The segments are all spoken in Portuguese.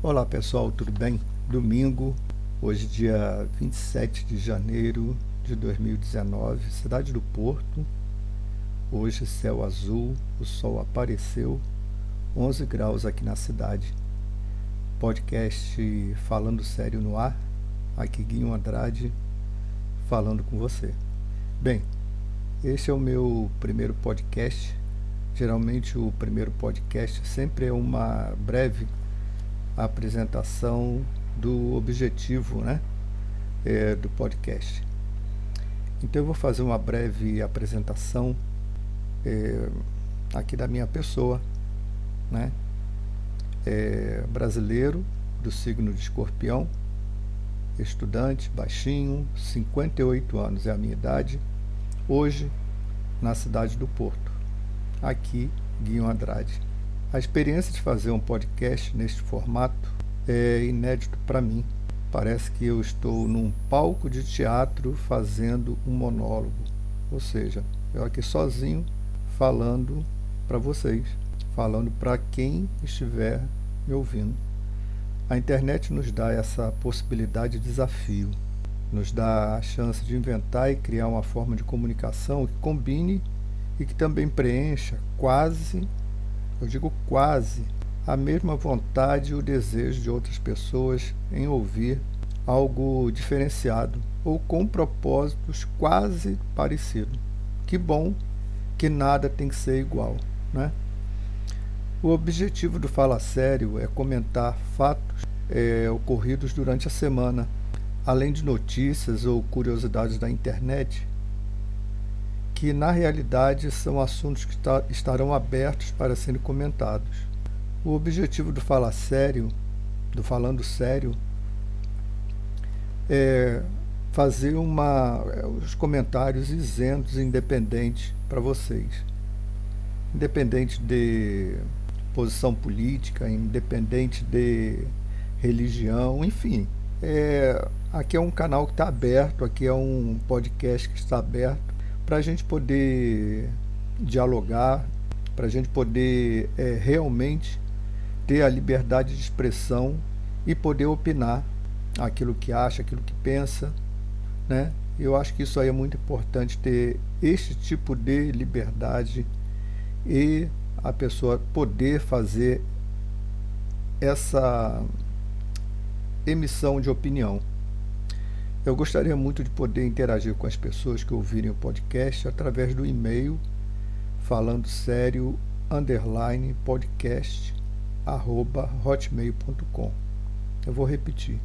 Olá pessoal, tudo bem? Domingo, hoje dia 27 de janeiro de 2019, cidade do Porto. Hoje céu azul, o sol apareceu, 11 graus aqui na cidade. Podcast Falando Sério no ar, aqui Guinho Andrade falando com você. Bem, este é o meu primeiro podcast. Geralmente o primeiro podcast sempre é uma breve apresentação do objetivo, do podcast. Então eu vou fazer uma breve apresentação aqui da minha pessoa, brasileiro, do signo de Escorpião, estudante, baixinho, 58 anos é a minha idade, hoje na cidade do Porto, aqui Guinho Andrade. A experiência de fazer um podcast neste formato é inédito para mim. Parece que eu estou num palco de teatro fazendo um monólogo. Ou seja, eu aqui sozinho falando para vocês, falando para quem estiver me ouvindo. A internet nos dá essa possibilidade de desafio, nos dá a chance de inventar e criar uma forma de comunicação que combine e que também preencha quase, a mesma vontade e o desejo de outras pessoas em ouvir algo diferenciado ou com propósitos quase parecidos. Que bom que nada tem que ser igual, né? O objetivo do Fala Sério é comentar fatos ocorridos durante a semana, além de notícias ou curiosidades da internet, que na realidade são assuntos que estarão abertos para serem comentados. O objetivo do Fala Sério, do Falando Sério, é fazer os comentários isentos e independentes para vocês. Independente de posição política, independente de religião, enfim. Aqui é um canal que está aberto, aqui é um podcast que está aberto para a gente poder dialogar, para a gente poder realmente ter a liberdade de expressão e poder opinar aquilo que acha, aquilo que pensa, né? Eu acho que isso aí é muito importante, ter este tipo de liberdade e a pessoa poder fazer essa emissão de opinião. Eu gostaria muito de poder interagir com as pessoas que ouvirem o podcast através do e-mail falandosério_podcast@hotmail.com. Eu vou repetir: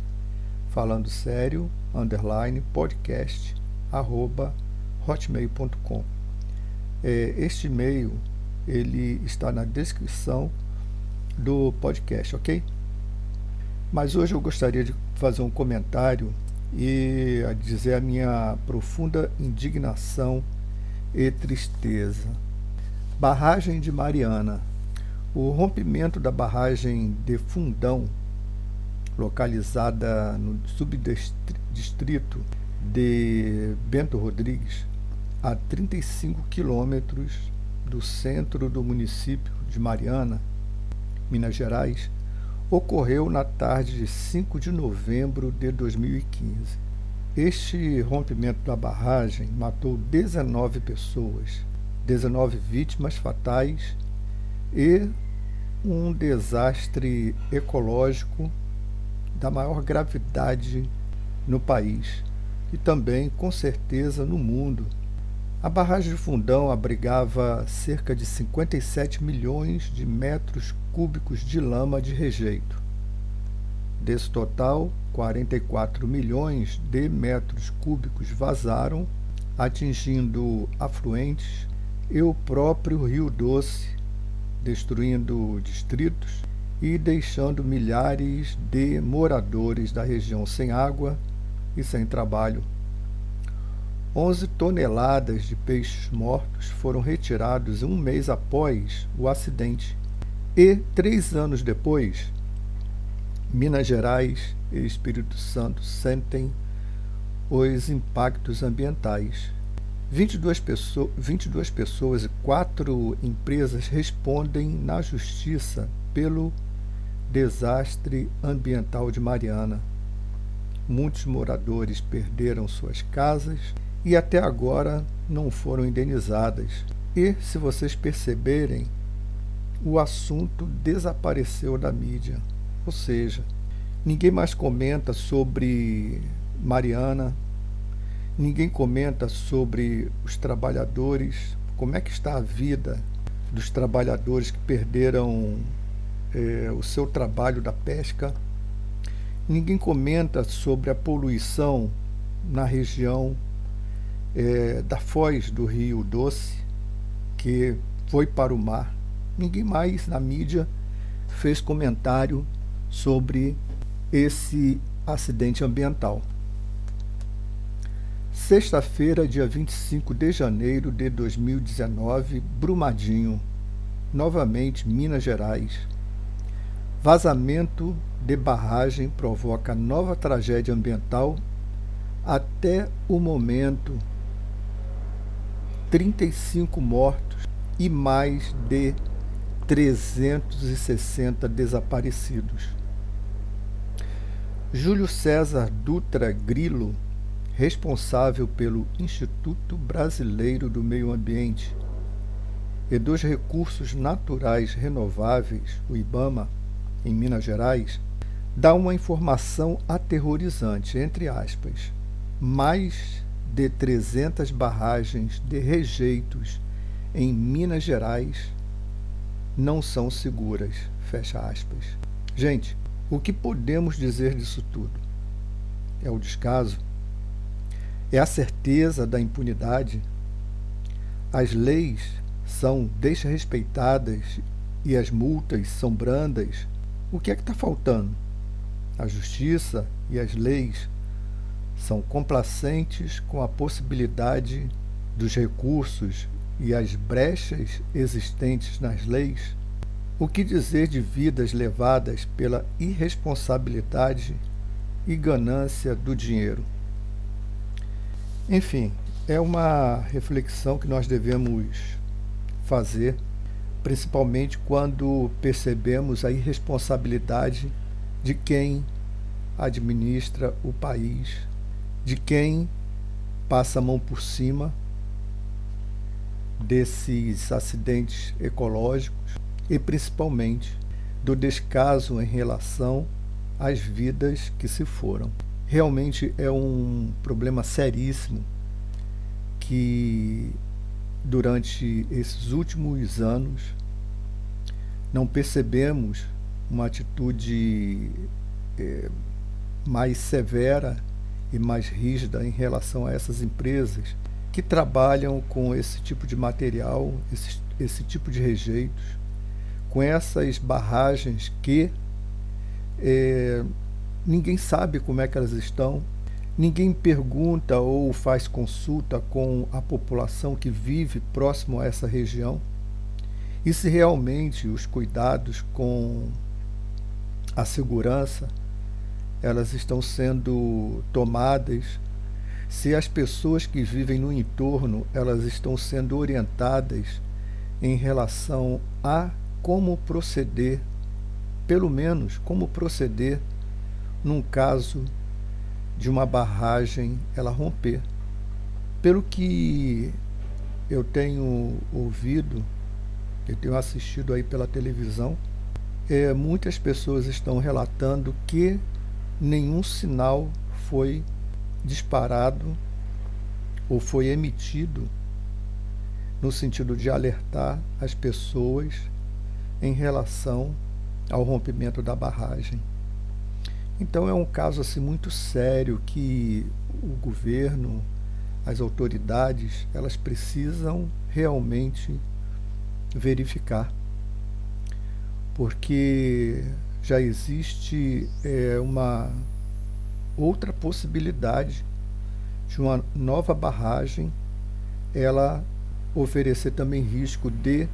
falandosério_podcast@hotmail.com. Este e-mail ele está na descrição do podcast, ok? Mas hoje eu gostaria de fazer um comentário e a dizer a minha profunda indignação e tristeza. Barragem de Mariana. O rompimento da barragem de Fundão, localizada no subdistrito de Bento Rodrigues, a 35 quilômetros do centro do município de Mariana, Minas Gerais, ocorreu na tarde de 5 de novembro de 2015. Este rompimento da barragem matou 19 pessoas, 19 vítimas fatais e um desastre ecológico da maior gravidade no país e também, com certeza, no mundo. A barragem de Fundão abrigava cerca de 57 milhões de metros cúbicos de lama de rejeito. Desse total, 44 milhões de metros cúbicos vazaram, atingindo afluentes e o próprio Rio Doce, destruindo distritos e deixando milhares de moradores da região sem água e sem trabalho. 11 toneladas de peixes mortos foram retirados um mês após o acidente. E, 3 anos depois, Minas Gerais e Espírito Santo sentem os impactos ambientais. 22 pessoas e 4 empresas respondem na justiça pelo desastre ambiental de Mariana. Muitos moradores perderam suas casas e até agora não foram indenizadas. E, se vocês perceberem, o assunto desapareceu da mídia. Ou seja, ninguém mais comenta sobre Mariana, ninguém comenta sobre os trabalhadores, como é que está a vida dos trabalhadores que perderam o seu trabalho da pesca. Ninguém comenta sobre a poluição na região da foz do Rio Doce, que foi para o mar. Ninguém mais na mídia fez comentário sobre esse acidente ambiental. Sexta-feira, dia 25 de janeiro de 2019, Brumadinho, novamente Minas Gerais. Vazamento de barragem provoca nova tragédia ambiental. Até o momento, 35 mortos e mais de 360 desaparecidos. Júlio César Dutra Grilo, responsável pelo Instituto Brasileiro do Meio Ambiente e dos Recursos Naturais Renováveis, o IBAMA, em Minas Gerais, dá uma informação aterrorizante, entre aspas. Mais de 300 barragens de rejeitos em Minas Gerais não são seguras, fecha aspas. Gente, o que podemos dizer disso tudo? É o descaso? É a certeza da impunidade? As leis são desrespeitadas e as multas são brandas? O que é que está faltando? A justiça e as leis são complacentes com a possibilidade dos recursos e as brechas existentes nas leis? O que dizer de vidas levadas pela irresponsabilidade e ganância do dinheiro? Enfim, é uma reflexão que nós devemos fazer, principalmente quando percebemos a irresponsabilidade de quem administra o país, de quem passa a mão por cima desses acidentes ecológicos e principalmente do descaso em relação às vidas que se foram. Realmente é um problema seríssimo que durante esses últimos anos não percebemos uma atitude mais severa e mais rígida em relação a essas empresas que trabalham com esse tipo de material, esse tipo de rejeitos, com essas barragens que ninguém sabe como é que elas estão, ninguém pergunta ou faz consulta com a população que vive próximo a essa região e se realmente os cuidados com a segurança elas estão sendo tomadas, se as pessoas que vivem no entorno elas estão sendo orientadas em relação a como proceder, pelo menos como proceder num caso de uma barragem ela romper. Pelo que eu tenho ouvido, eu tenho assistido aí pela televisão, muitas pessoas estão relatando que nenhum sinal foi disparado ou foi emitido no sentido de alertar as pessoas em relação ao rompimento da barragem. Então é um caso assim muito sério que o governo, as autoridades, elas precisam realmente verificar, porque já existe uma outra possibilidade de uma nova barragem ela oferecer também risco de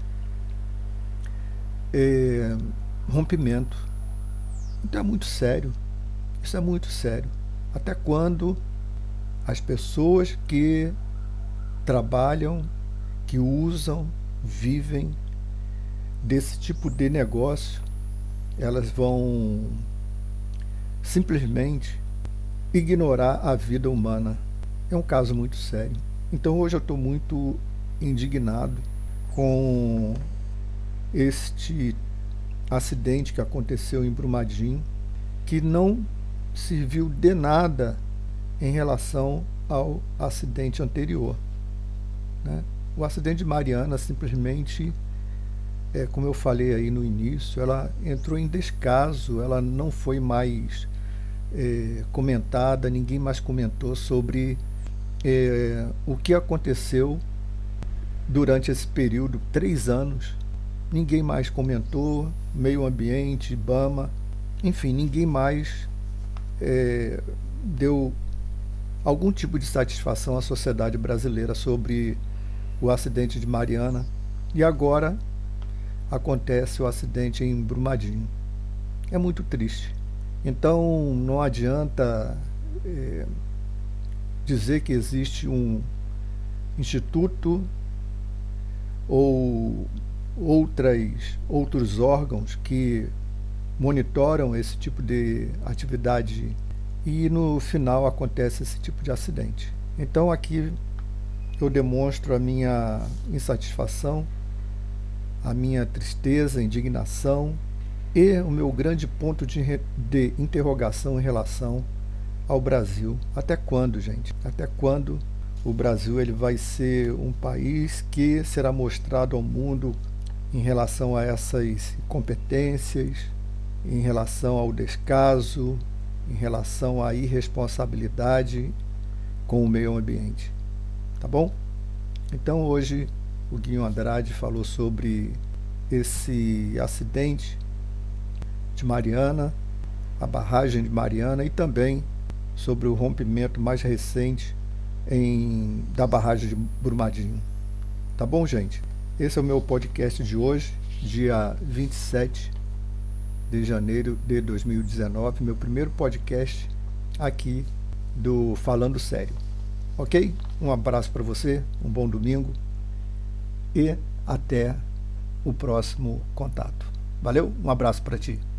rompimento. Então é muito sério, isso é muito sério. Até quando as pessoas que trabalham, que usam, vivem desse tipo de negócio, elas vão simplesmente ignorar a vida humana. É um caso muito sério. Então hoje eu estou muito indignado com este acidente que aconteceu em Brumadinho, que não serviu de nada em relação ao acidente anterior, né? O acidente de Mariana simplesmente, como eu falei aí no início, ela entrou em descaso, ela não foi mais comentada, ninguém mais comentou sobre o que aconteceu durante esse período, 3 anos. Ninguém mais comentou, meio ambiente, IBAMA, enfim, ninguém mais deu algum tipo de satisfação à sociedade brasileira sobre o acidente de Mariana. E agora acontece o acidente em Brumadinho. É muito triste. Então não adianta dizer que existe um instituto ou outros órgãos que monitoram esse tipo de atividade e no final acontece esse tipo de acidente. Então aqui eu demonstro a minha insatisfação, a minha tristeza, indignação e o meu grande ponto de interrogação em relação ao Brasil. Até quando, gente? Até quando o Brasil ele vai ser um país que será mostrado ao mundo em relação a essas competências, em relação ao descaso, em relação à irresponsabilidade com o meio ambiente? Tá bom? Então hoje o Guinho Andrade falou sobre esse acidente de Mariana, a barragem de Mariana e também sobre o rompimento mais recente da barragem de Brumadinho. Tá bom, gente? Esse é o meu podcast de hoje, dia 27 de janeiro de 2019, meu primeiro podcast aqui do Falando Sério. Ok? Um abraço para você, um bom domingo e até o próximo contato. Valeu? Um abraço para ti.